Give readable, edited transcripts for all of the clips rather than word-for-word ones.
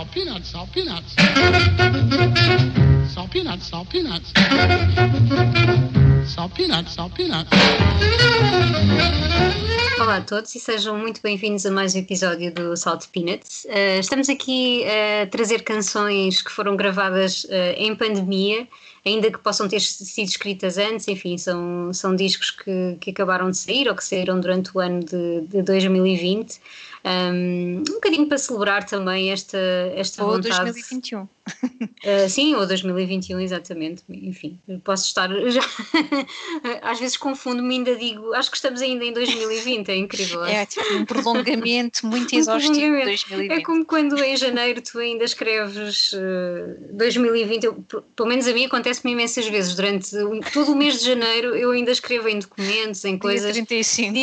salt peanuts, salt peanuts. Salt peanuts, salt peanuts. Salt peanuts, salt peanuts. Olá a todos e sejam muito bem-vindos a mais um episódio do Salt Peanuts. Estamos aqui a trazer canções que foram gravadas em pandemia, ainda que possam ter sido escritas antes, enfim, são discos que acabaram de sair ou que saíram durante o ano de 2020. Um bocadinho para celebrar também esta ou vontade. 2021. Sim, ou 2021, exatamente. Enfim, posso estar já. Às vezes confundo-me, ainda digo, acho que estamos ainda em 2020, é incrível. É tipo um prolongamento muito exaustivo de 2020. É como quando em janeiro tu ainda escreves 2020, pelo menos a mim acontece-me imensas vezes, durante todo o mês de janeiro eu ainda escrevo em documentos, em coisas. Dia 35.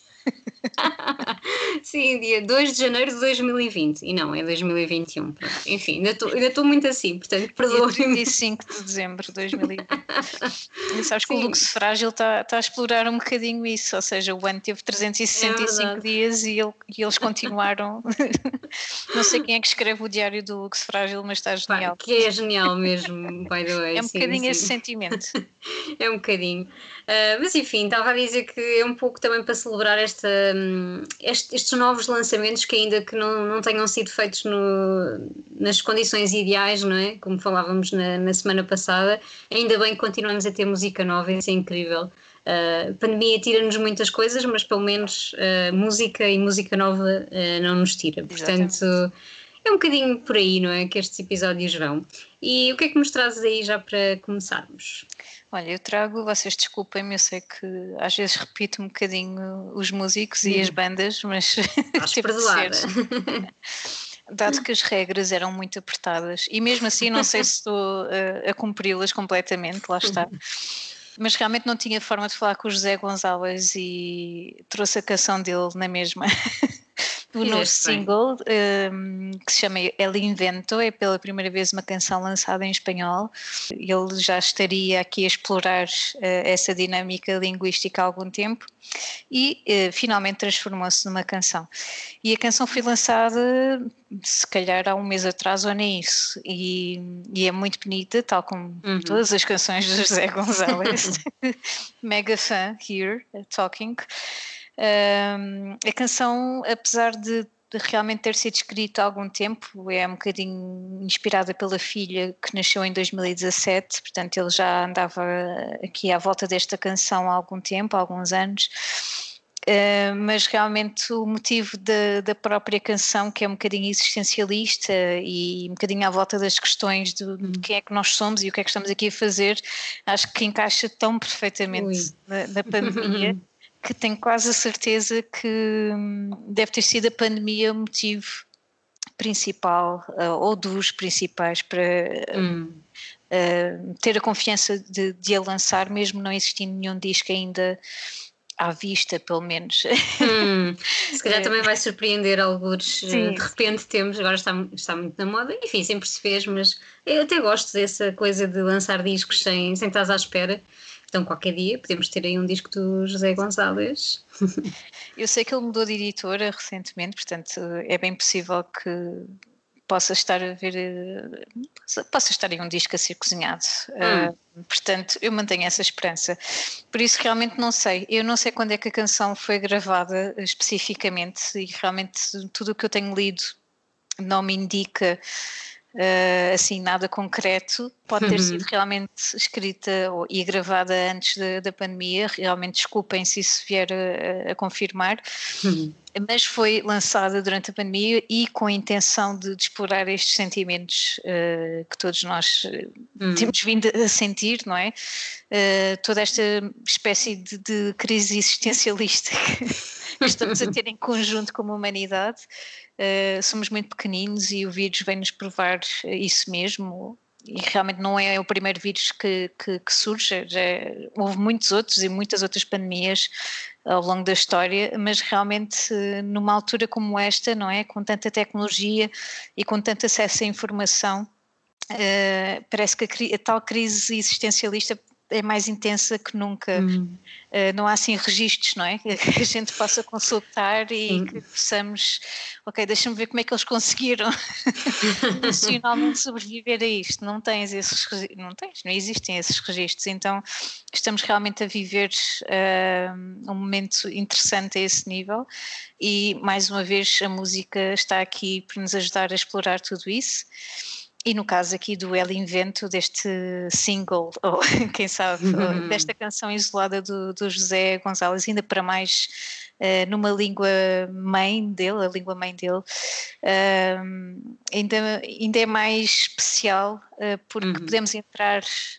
Sim, dia 2 de janeiro de 2020 e não, é 2021. Enfim, ainda estou muito assim, portanto, perdoem-me. Dia 35 de dezembro de 2020. E sabes que o Luxo Frágil está a explorar um bocadinho isso, ou seja, o ano teve 365 dias e eles continuaram. Não sei quem é que escreve o diário do Luxo Frágil, mas está genial. Que é genial mesmo, by the way. É um bocadinho esse sentimento. É um bocadinho. Mas enfim, estava a dizer que é um pouco também para celebrar estes novos lançamentos que ainda que não tenham sido feitos nas condições ideais, não é? Como falávamos na semana passada, ainda bem que continuamos a ter música nova, isso é incrível. A pandemia tira-nos muitas coisas, mas pelo menos música e música nova não nos tira. Portanto, é um bocadinho por aí, não é? Que estes episódios vão. E o que é que nos trazes aí já para começarmos? Olha, eu trago, vocês desculpem-me, eu sei que às vezes repito um bocadinho os músicos e as bandas, mas estás perdoada. Dado que as regras eram muito apertadas e mesmo assim não sei se estou a cumpri-las completamente, lá está. Mas realmente não tinha forma de falar com o José Gonzalez e trouxe a canção dele na mesma. O novo single, que se chama El Invento, é pela primeira vez uma canção lançada em espanhol. Ele já estaria aqui a explorar essa dinâmica linguística há algum tempo e finalmente transformou-se numa canção. E a canção foi lançada se calhar há um mês atrás ou nem isso, e é muito bonita, tal como todas as canções de José Gonzalez. Mega fã, Here, Talking. A canção, apesar de realmente ter sido escrita há algum tempo, é um bocadinho inspirada pela filha que nasceu em 2017, portanto ele já andava aqui à volta desta canção há algum tempo, há alguns anos. Mas realmente o motivo da própria canção, que é um bocadinho existencialista e um bocadinho à volta das questões de quem é que nós somos e o que é que estamos aqui a fazer, acho que encaixa tão perfeitamente na pandemia que tenho quase a certeza que deve ter sido a pandemia o motivo principal ou dos principais para ter a confiança de a lançar, mesmo não existindo nenhum disco ainda à vista, pelo menos. Se calhar também vai surpreender alguns. De repente temos, agora está muito na moda, enfim, sempre se fez, mas eu até gosto dessa coisa de lançar discos sem estar à espera. Então qualquer dia podemos ter aí um disco do José Gonzalez. Eu sei que ele mudou de editora recentemente, portanto é bem possível que possa estar aí um disco a ser cozinhado. Portanto, eu mantenho essa esperança. Por isso realmente não sei. Eu não sei quando é que a canção foi gravada especificamente e realmente tudo o que eu tenho lido não me indica assim nada concreto. Pode ter sido realmente escrita e gravada antes da pandemia. Realmente desculpem se isso vier a confirmar. Mas foi lançada durante a pandemia e com a intenção de explorar estes sentimentos que todos nós temos vindo a sentir, não é? Toda esta espécie de crise existencialista que estamos a ter em conjunto como humanidade. Somos muito pequeninos e o vírus vem-nos provar isso mesmo. E realmente não é o primeiro vírus que surge, houve muitos outros e muitas outras pandemias ao longo da história, mas realmente numa altura como esta, não é? Com tanta tecnologia e com tanto acesso à informação, parece que a tal crise existencialista é mais intensa que nunca. Não há assim registros, não é? Que a gente possa consultar e que possamos, ok, deixa-me ver como é que eles conseguiram emocionalmente sobreviver a isto. Não existem esses registros, então estamos realmente a viver um momento interessante a esse nível e mais uma vez a música está aqui para nos ajudar a explorar tudo isso. E no caso aqui do El Invento, deste single, ou quem sabe, ou desta canção isolada do José Gonzalez, ainda para mais numa língua mãe dele, a língua mãe dele, ainda é mais especial porque podemos entrar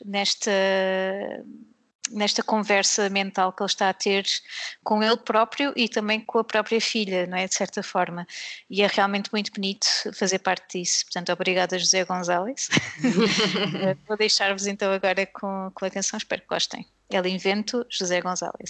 nesta conversa mental que ele está a ter com ele próprio e também com a própria filha, não é? De certa forma. E é realmente muito bonito fazer parte disso. Portanto, obrigada, José Gonzalez. Vou deixar-vos então agora com a canção, espero que gostem. El Invento, José Gonzalez.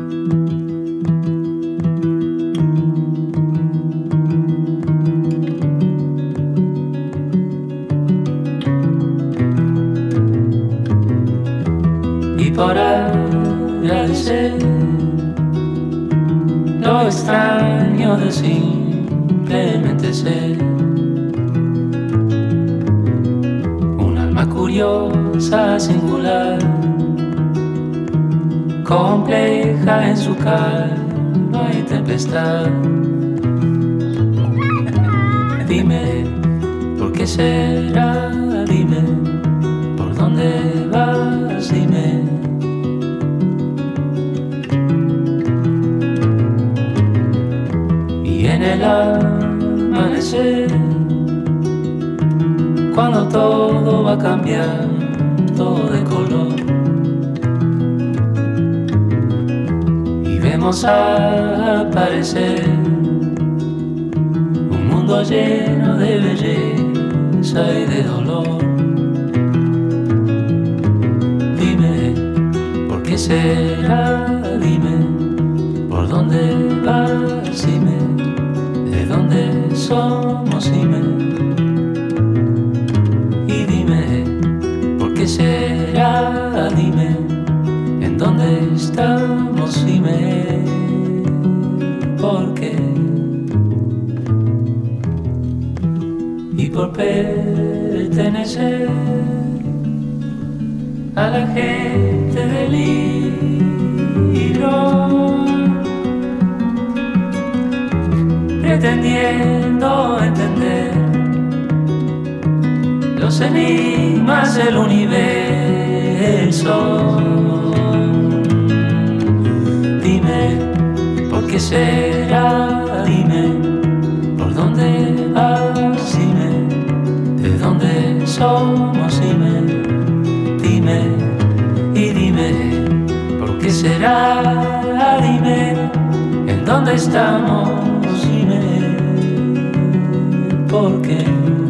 Por agradecer lo extraño de simplemente ser un alma curiosa, singular, compleja en su calma y tempestad. Dime, ¿por qué será? Dime, ¿por dónde vas? Dime. En el amanecer, cuando todo va cambiando de color y vemos aparecer un mundo lleno de belleza y de dolor. Dime, ¿por qué será? Dime, ¿por dónde vas? Dime, ¿de dónde somos? Dime, y dime, ¿por qué será? Dime, ¿en dónde estamos? Dime, ¿por qué? Y por pertenecer a la gente del libro, pretendiendo entender los enigmas del universo. Dime, ¿por qué será? Dime, ¿por dónde vas? Dime, ¿de dónde somos? Dime, dime, y dime, ¿por qué será? Dime, ¿en dónde estamos? ¿Por qué?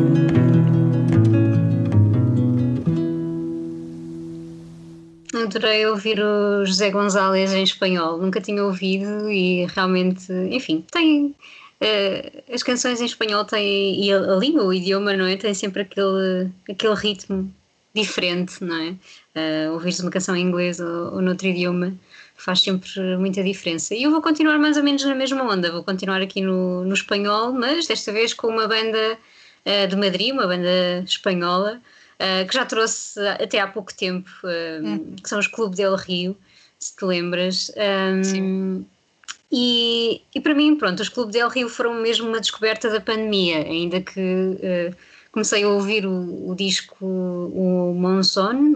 Adorei ouvir o José Gonzalez em espanhol, nunca tinha ouvido e realmente, enfim, tem as canções em espanhol têm, e a língua, o idioma, não é? Tem sempre aquele ritmo diferente, não é? Ouvir-se uma canção em inglês ou noutro idioma faz sempre muita diferença. E eu vou continuar mais ou menos na mesma onda, vou continuar aqui no espanhol, mas desta vez com uma banda de Madrid, uma banda espanhola, que já trouxe até há pouco tempo, que são os Clube del Rio, se te lembras. Sim. E para mim, pronto, os Clube del Rio foram mesmo uma descoberta da pandemia, ainda que comecei a ouvir o disco, o Monzón,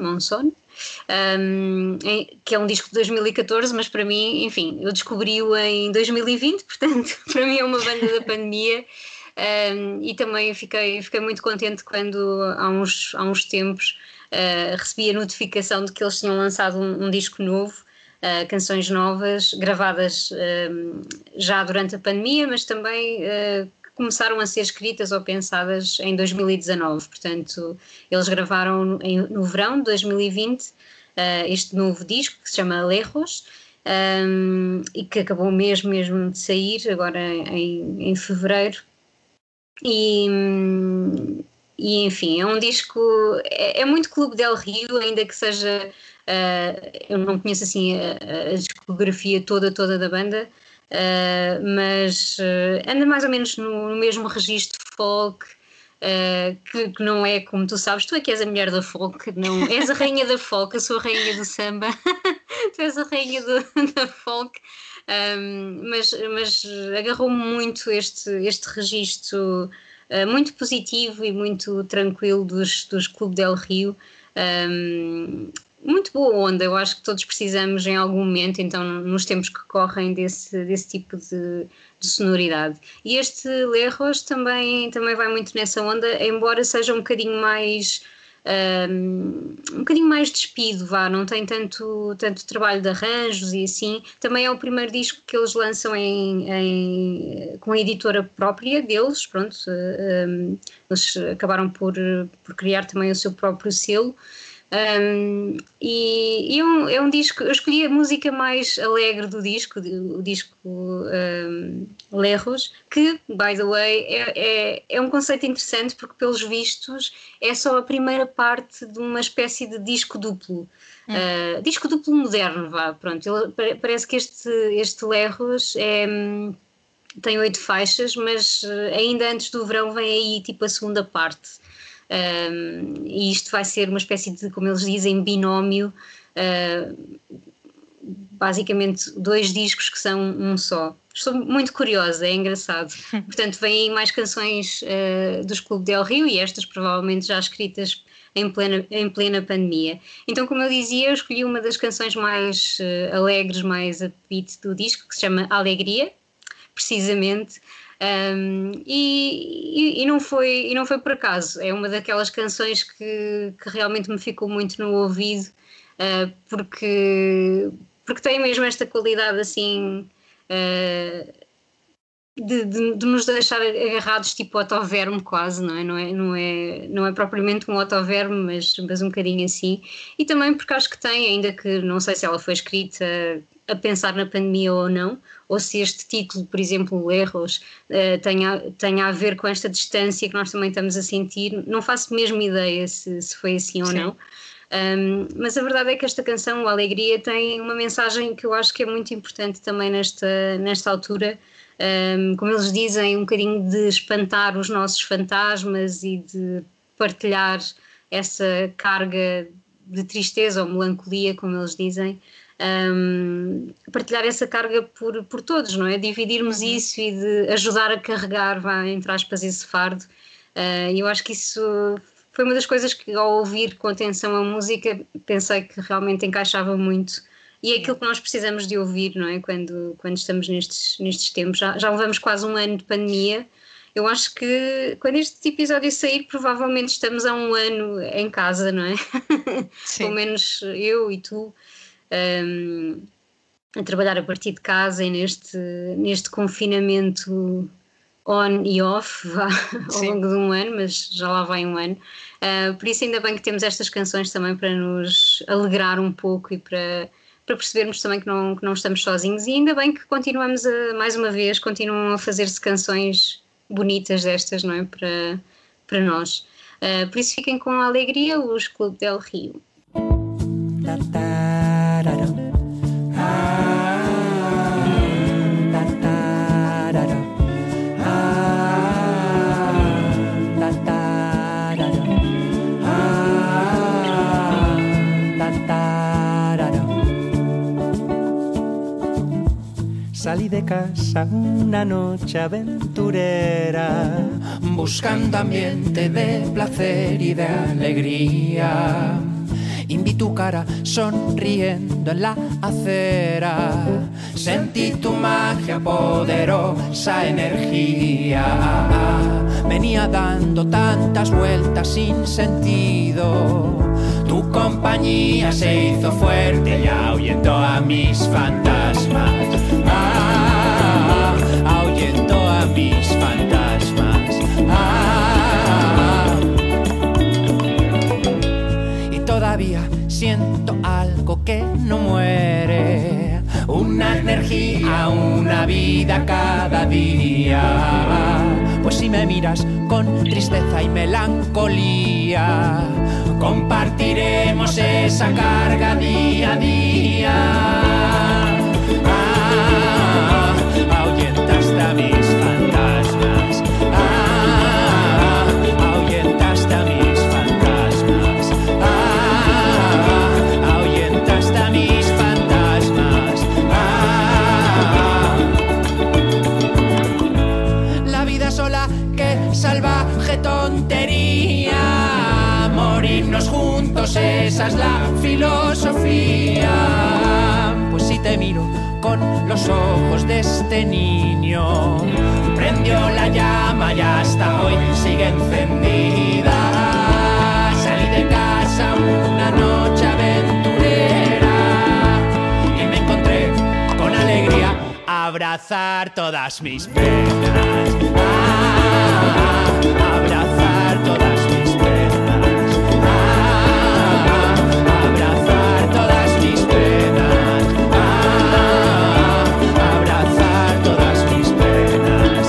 que é um disco de 2014, mas para mim, enfim, eu descobri-o em 2020, portanto, para mim é uma banda da pandemia. E também fiquei muito contente quando há uns tempos recebi a notificação de que eles tinham lançado um disco novo, canções novas, gravadas já durante a pandemia, mas também começaram a ser escritas ou pensadas em 2019, portanto eles gravaram no verão de 2020 este novo disco que se chama Lejos, e que acabou mesmo de sair agora em fevereiro. E enfim, é um disco, é muito Clube del Rio, ainda que seja, eu não conheço assim a discografia toda da banda, mas anda mais ou menos no mesmo registro folk, que não é como tu sabes, tu é que és a mulher da folk, não és a rainha da folk, eu sou a rainha do samba, tu és a rainha da folk, mas agarrou-me muito este registro muito positivo e muito tranquilo dos Clube del Rio. Muito boa onda, eu acho que todos precisamos em algum momento, então nos tempos que correm desse tipo de sonoridade. E este Lerros também vai muito nessa onda, embora seja um bocadinho mais despido, não tem tanto trabalho de arranjos e assim. Também é o primeiro disco que eles lançam com a editora própria deles, pronto, eles acabaram por criar também o seu próprio selo. É um disco, eu escolhi a música mais alegre do disco, o disco Lerros, que, by the way, é um conceito interessante porque, pelos vistos, é só a primeira parte de uma espécie de disco duplo. Disco duplo moderno, pronto. Parece que este Lerros tem 8 faixas, mas ainda antes do verão vem aí tipo a segunda parte. E isto vai ser uma espécie de, como eles dizem, binómio, basicamente 2 discos que são um só. Estou muito curiosa, é engraçado. Portanto, vêm aí mais canções dos Clube del Rio, e estas provavelmente já escritas em plena pandemia. Então, como eu dizia, eu escolhi uma das canções mais alegres, mais upbeat do disco, que se chama Alegria, precisamente. E não foi por acaso, é uma daquelas canções que realmente me ficou muito no ouvido, porque tem mesmo esta qualidade assim de nos deixar agarrados tipo autoverme quase, não é propriamente um autoverme, mas um bocadinho assim. E também porque acho que tem, ainda que não sei se ela foi escrita a pensar na pandemia ou não, ou se este título, por exemplo, Lerros, tenha a ver com esta distância que nós também estamos a sentir. Não faço mesmo ideia se foi assim ou não. Mas a verdade é que esta canção, A Alegria, tem uma mensagem que eu acho que é muito importante também nesta altura. Como eles dizem, um bocadinho de espantar os nossos fantasmas e de partilhar essa carga de tristeza ou melancolia, como eles dizem. Partilhar essa carga por todos, não é? Dividirmos isso e de ajudar a carregar, entre aspas, esse fardo. E eu acho que isso foi uma das coisas que, ao ouvir com atenção a música, pensei que realmente encaixava muito. E é aquilo que nós precisamos de ouvir, não é? Quando estamos nestes tempos. Já levamos quase um ano de pandemia. Eu acho que quando este episódio sair, provavelmente estamos há um ano em casa, não é? Pelo menos eu e tu. A trabalhar a partir de casa e neste confinamento on e off ao longo de um ano, mas já lá vai um ano. Por isso ainda bem que temos estas canções também para nos alegrar um pouco e para percebermos também que não estamos sozinhos, e ainda bem que continuamos mais uma vez, continuam a fazer-se canções bonitas destas, não é? Para nós. Por isso fiquem com a Alegria, os Clube del Rio. Salí de casa una noche aventurera, buscando ambiente de placer y de alegría. Y vi tu cara sonriendo en la acera, sentí tu magia, poderosa energía. Venía dando tantas vueltas sin sentido, tu compañía se hizo fuerte y ahuyentó a mis fantasmas. Ahuyentó a mis fantasmas. Y todavía siento algo que no muere, una energía, una vida cada día. Pues si me miras con tristeza y melancolía, compartiremos esa carga día a día. Ahuyentaste a mis fantasmas. Ahuyentaste a mis fantasmas. Ahuyentaste a mis fantasmas. La vida sola, qué salvaje tontería. Morirnos juntos, esa es la filosofía. Pues si te miro con los ojos de este niño, prendió la llama y hasta hoy sigue encendida. Salí de casa una noche aventurera y me encontré con alegría abrazar todas mis penas. Abrazar todas mis penas. Abrazar todas mis penas. Abrazar todas mis penas.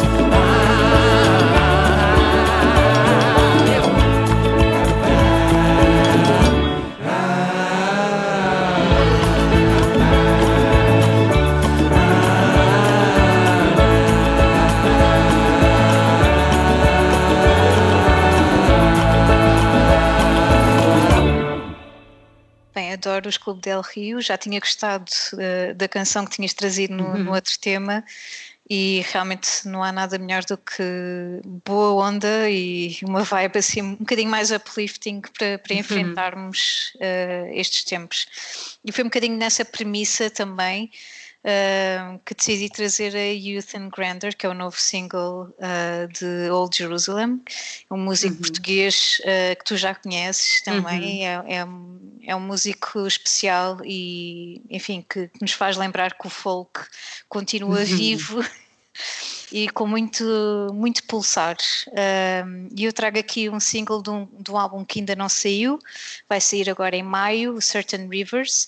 Bem, adoro os Clube del Rio, já tinha gostado da canção que tinhas trazido no outro tema e realmente não há nada melhor do que boa onda e uma vibe assim um bocadinho mais uplifting para enfrentarmos estes tempos. E foi um bocadinho nessa premissa também que decidi trazer a Youth and Grandeur, que é o novo single de Old Jerusalem, um músico português que tu já conheces também, é um músico especial e, enfim, que nos faz lembrar que o folk continua vivo e com muito pulsar. E eu trago aqui um single de um álbum que ainda não saiu, vai sair agora em maio, Certain Rivers.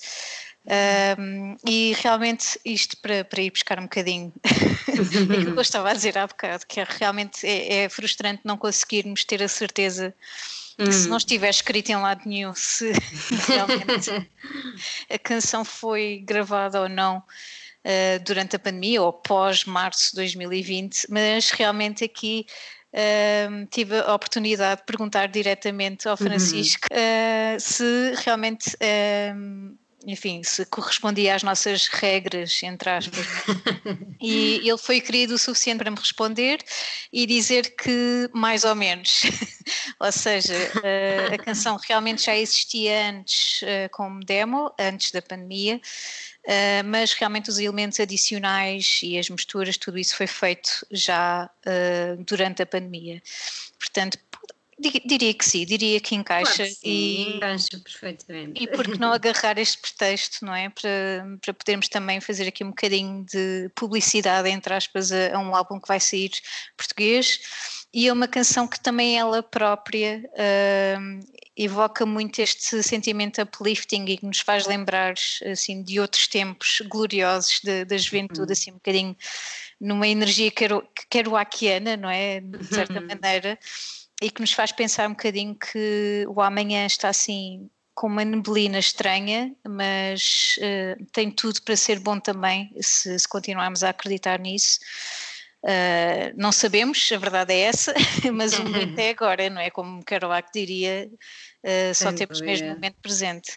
E realmente isto para ir buscar um bocadinho aquilo que eu estava a dizer há bocado, que realmente é frustrante não conseguirmos ter a certeza que se não estiver escrito em lado nenhum se realmente a canção foi gravada ou não durante a pandemia ou pós-março de 2020, mas realmente aqui tive a oportunidade de perguntar diretamente ao Francisco se realmente enfim, se correspondia às nossas regras, entre aspas. E ele foi querido o suficiente para me responder e dizer que mais ou menos. Ou seja, a canção realmente já existia antes como demo, antes da pandemia, mas realmente os elementos adicionais e as misturas, tudo isso foi feito já durante a pandemia. Portanto, diria que sim, diria que encaixa. Claro que sim, encaixa perfeitamente. E por que não agarrar este pretexto, não é? Para podermos também fazer aqui um bocadinho de publicidade, entre aspas, a um álbum que vai sair português. E é uma canção que também ela própria evoca muito este sentimento uplifting e que nos faz lembrar assim, de outros tempos gloriosos da juventude, assim um bocadinho numa energia kerouaciana, não é? De certa maneira. E que nos faz pensar um bocadinho que o amanhã está assim com uma neblina estranha, mas tem tudo para ser bom também se continuarmos a acreditar nisso. Não sabemos, a verdade é essa, mas o momento é agora, não é? Como Kerouac diria, só temos mesmo o momento presente.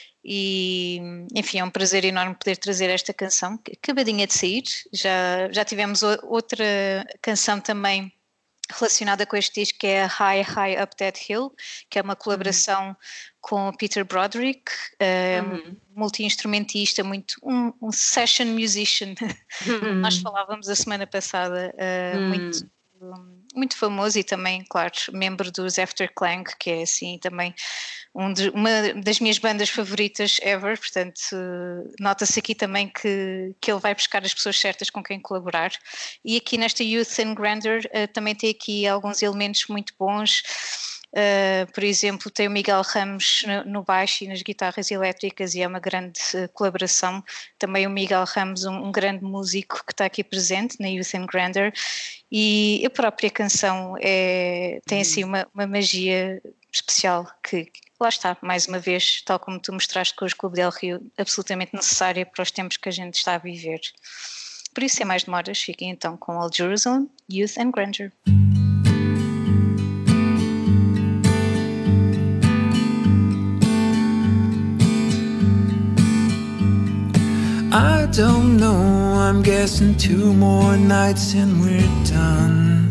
E, enfim, é um prazer enorme poder trazer esta canção, acabadinha de sair. Já tivemos outra canção também relacionada com este disco, que é a High, High Up That Hill, que é uma colaboração com o Peter Broderick, multi-instrumentista, um session musician. Nós falávamos a semana passada, muito famoso e também, claro, membro dos Afterclang, que é assim também uma das minhas bandas favoritas ever, portanto nota-se aqui também que ele vai buscar as pessoas certas com quem colaborar. E aqui nesta Youth and Grandeur também tem aqui alguns elementos muito bons, Por exemplo, tem o Miguel Ramos no baixo e nas guitarras elétricas, e é uma grande colaboração. Também o Miguel Ramos, um grande músico que está aqui presente na Youth and Grandeur, e a própria canção tem assim uma magia especial que, lá está, mais uma vez, tal como tu mostraste com os Clube del Rio, absolutamente necessária para os tempos que a gente está a viver. Por isso, sem mais demoras, fiquem então com Old Jerusalem, Youth and Grandeur. I don't know, I'm guessing 2 more nights and we're done.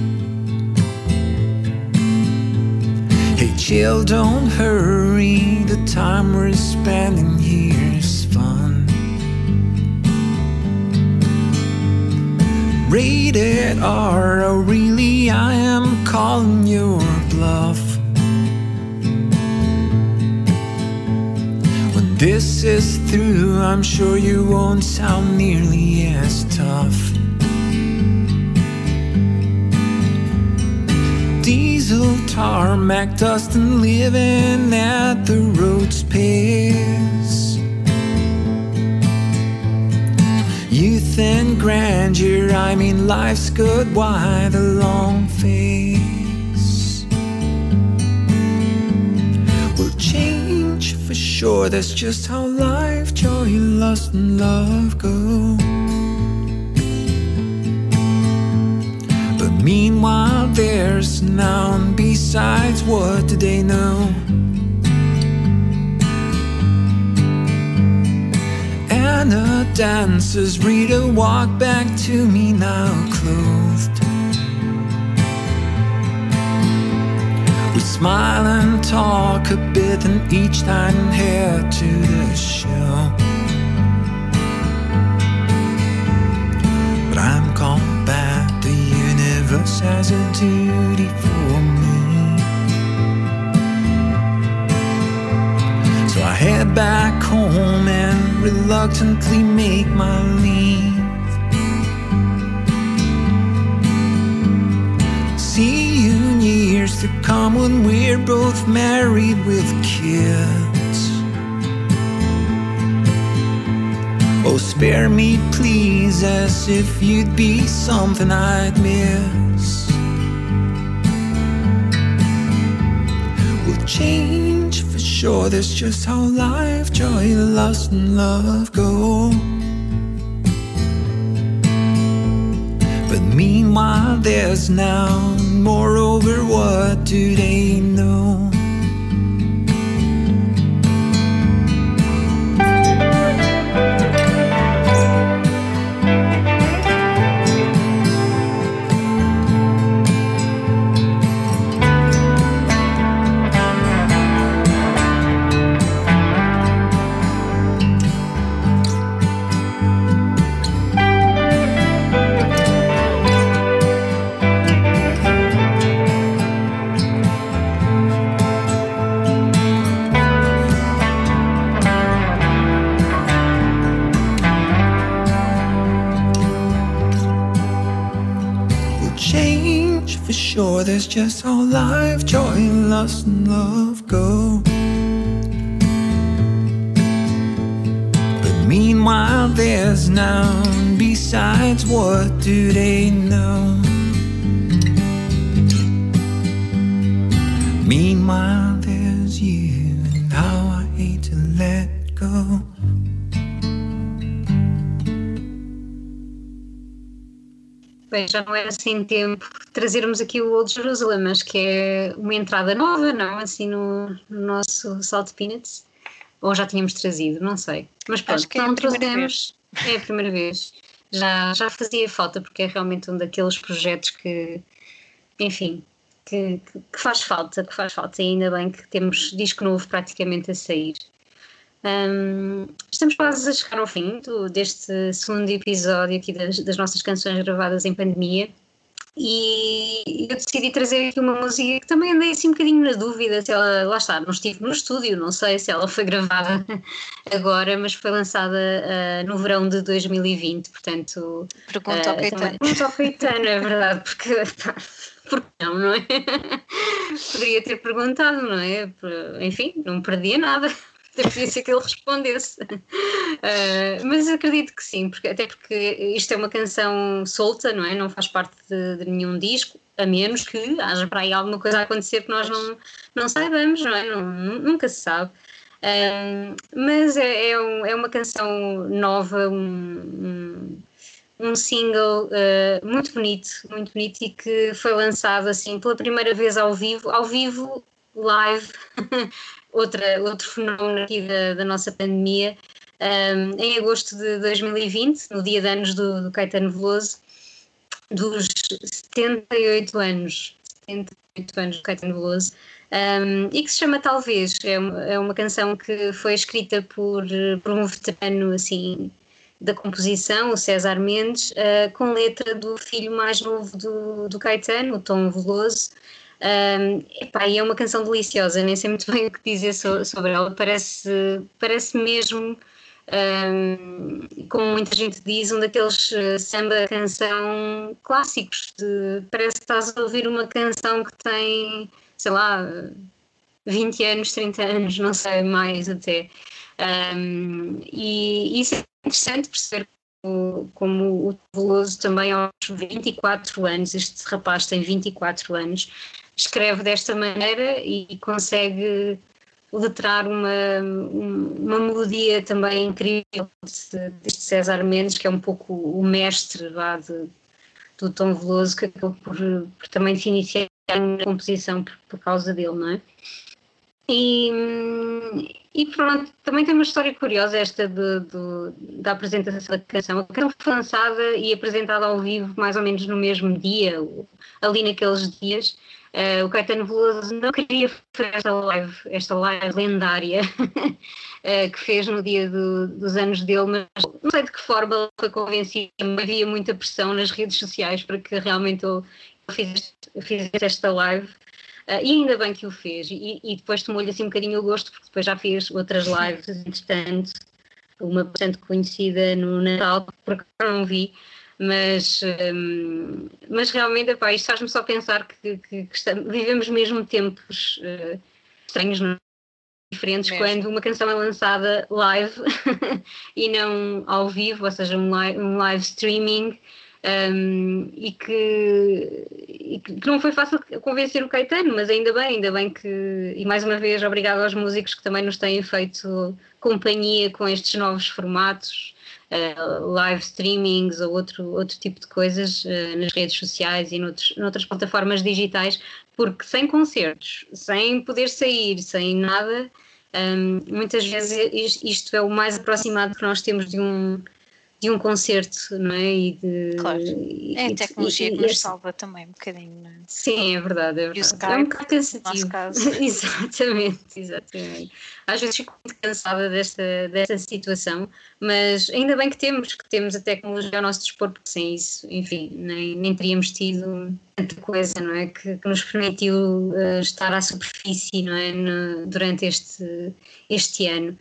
Hey chill, don't hurry, the time we're spending here's fun. Rated R, oh really I am calling your bluff. When this is through, I'm sure you won't sound nearly as tough. Diesel, tarmac, dust and living at the road's pace. Youth and grandeur, I mean life's good, why the long face? We'll change for sure, that's just how life, joy, lust and love go. But meanwhile there's now, and besides, what do they know? Anna dances, Rita walk back to me now clothed. We smile and talk a bit and each time head to the show. But I'm called back, the universe has a duty for me. So I head back home and reluctantly make my leave. See you in years to come when we're both married with kids. Oh, spare me please, as if you'd be something I'd miss. We'll change for sure, that's just how life, joy, lust and love go. But meanwhile there's now, moreover, what do they know? Sure, that's just how life, joy, lust and love go. But meanwhile there's now, and besides, what do they know? Meanwhile there's you, and how I hate to let go. Bem, já não era assim tempo de trazermos aqui o Old Jerusalem, mas que é uma entrada nova, não? Assim no nosso Salt Peanuts. Ou já tínhamos trazido, não sei. Mas pronto, não trouxemos. É a primeira vez. Já fazia falta, porque é realmente um daqueles projetos que, enfim, que faz falta, E ainda bem que temos disco novo praticamente a sair. Estamos quase a chegar ao fim deste segundo episódio aqui das nossas canções gravadas em pandemia, e eu decidi trazer aqui uma música que também andei assim um bocadinho na dúvida se ela, lá está, não estive no estúdio, não sei se ela foi gravada agora, mas foi lançada no verão de 2020, portanto... Pergunta ao Caetano. Pergunta ao Caetano, é verdade, porque não é? Poderia ter perguntado, não é? Enfim, não perdia nada. Podia ser que ele respondesse. Mas acredito que sim, até porque isto é uma canção solta, não é? Não faz parte de nenhum disco, a menos que haja para aí alguma coisa a acontecer que nós não saibamos, não é? Nunca se sabe. Mas é uma canção nova, um single muito bonito e que foi lançado assim pela primeira vez ao vivo, live, outro fenómeno aqui da nossa pandemia, em agosto de 2020, no dia de anos do Caetano Veloso, dos 78 anos do Caetano Veloso, e que se chama Talvez. É uma canção que foi escrita por um veterano assim da composição, o César Mendes, com letra do filho mais novo do Caetano, o Tom Veloso. E é uma canção deliciosa, nem sei muito bem o que dizer sobre ela, parece mesmo, como muita gente diz, um daqueles samba-canção clássicos, parece que estás a ouvir uma canção que tem, sei lá, 20 anos, 30 anos, não sei, mais até. E isso é interessante perceber como o Veloso também aos 24 anos, este rapaz tem 24 anos, escreve desta maneira e consegue letrar uma melodia também incrível deste César Mendes, que é um pouco o mestre do Tom Veloso, que acabou por também se iniciar na composição por causa dele, não é? E pronto, também tem uma história curiosa esta da apresentação da canção. A canção foi lançada e apresentada ao vivo mais ou menos no mesmo dia, ali naqueles dias. O Caetano Veloso não queria fazer esta live lendária que fez no dia dos anos dele, mas não sei de que forma ele foi convencido. Havia muita pressão nas redes sociais para que realmente ele fizesse esta live. E ainda bem que o fez, e depois tomou-lhe assim um bocadinho o gosto, porque depois já fez outras lives, entretanto, uma bastante conhecida no Natal, porque eu não vi, mas realmente, isto faz-me só pensar que vivemos mesmo tempos estranhos, diferentes, mesmo, quando uma canção é lançada live e não ao vivo, ou seja, um live streaming. E que não foi fácil convencer o Caetano, mas ainda bem que, e mais uma vez obrigado aos músicos que também nos têm feito companhia com estes novos formatos, live streamings ou outro tipo de coisas nas redes sociais e noutras plataformas digitais, porque sem concertos, sem poder sair, sem nada, muitas vezes isto é o mais aproximado que nós temos de um concerto, não é? Claro. É a tecnologia que nos salva também um bocadinho, não é? Sim, é verdade. E o Skype, é um bocado cansativo. No nosso caso. Exatamente. Às vezes fico muito cansada desta situação, mas ainda bem que temos a tecnologia ao nosso dispor, porque sem isso, enfim, nem teríamos tido tanta coisa, não é? Que nos permitiu estar à superfície, não é? Durante este ano.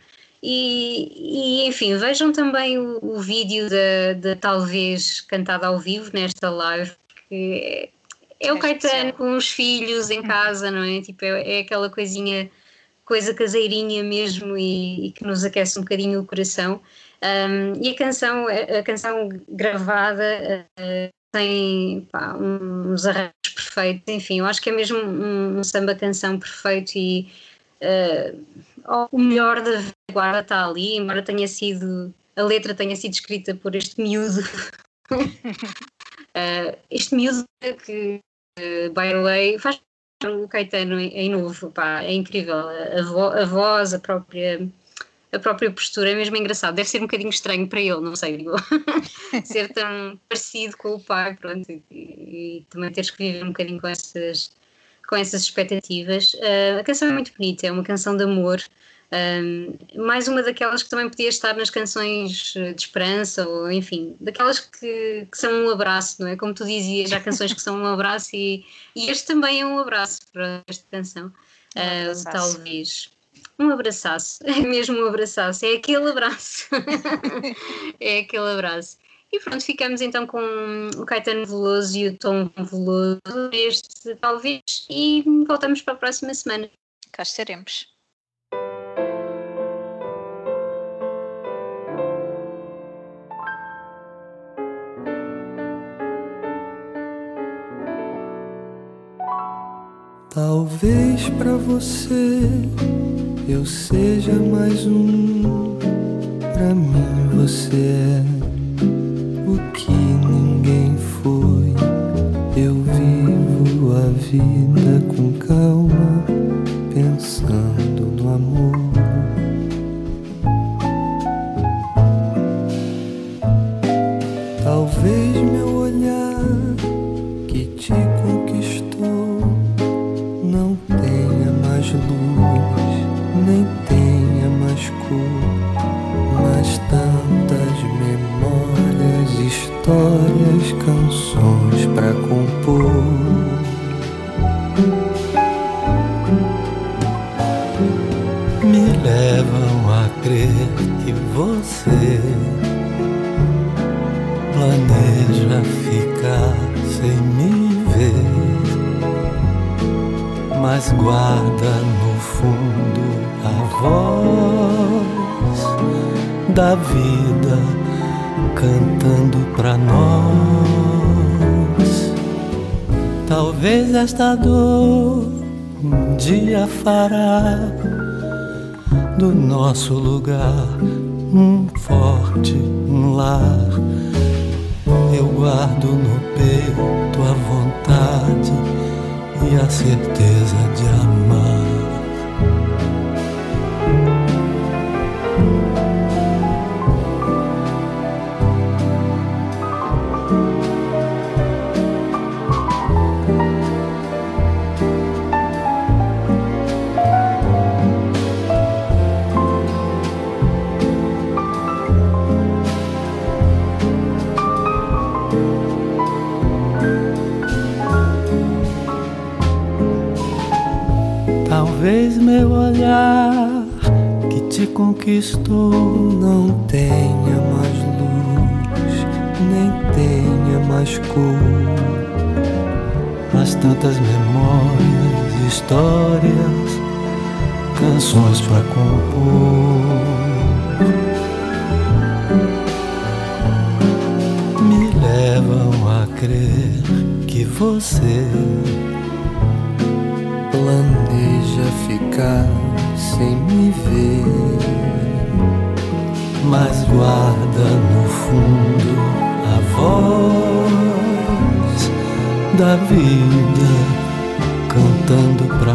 E enfim, vejam também o vídeo da Talvez cantada ao vivo nesta live, porque é o Caetano com os filhos em casa, não é? Tipo, é aquela coisa caseirinha mesmo e que nos aquece um bocadinho o coração. E a canção gravada tem uns arranjos perfeitos, enfim, eu acho que é mesmo um samba-canção perfeito e o melhor da Guarda está ali, embora a letra tenha sido escrita por este miúdo. Este miúdo que, by the way, faz o Caetano em novo, é incrível. A voz, a própria postura é mesmo engraçado. Deve ser um bocadinho estranho para ele, não sei, ser tão parecido com o pai, pronto, e também teres que viver um bocadinho com essas expectativas. A canção é muito bonita, é uma canção de amor, mais uma daquelas que também podia estar nas canções de esperança, ou enfim, daquelas que são um abraço, não é? Como tu dizias, há canções que são um abraço e este também é um abraço para esta canção, talvez. Um abraçaço, é mesmo um abraçaço, é aquele abraço. É aquele abraço. E pronto, ficamos então com o Caetano Veloso e o Tom Veloso neste Talvez, e voltamos para a próxima semana. Cá estaremos. Talvez pra você eu seja mais um. Pra mim você é o que ninguém foi. Eu vivo a vida com calma, pensando no amor. Talvez meu olhar que te conquistou não tenha mais luz, nem tenha mais cor, mas tantas memórias, histórias, canções pra compor. Me levam a crer que você planeja ficar sem me ver, mas guarda no fundo a voz da vida cantando pra nós. Talvez esta dor um dia fará do nosso lugar um forte lar. Eu guardo no peito a vontade e a certeza de amar. Talvez meu olhar que te conquistou não tenha mais luz, nem tenha mais cor, mas tantas memórias, histórias, canções pra compor. Me levam a crer que você planeja ficar sem me ver, mas guarda no fundo a voz da vida cantando pra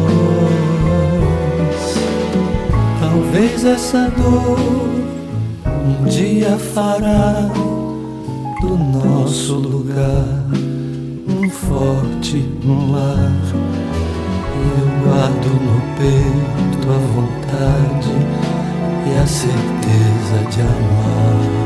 nós. Talvez essa dor um dia fará do nosso lugar um forte lar. Eu guardo no peito a vontade e a certeza de amar.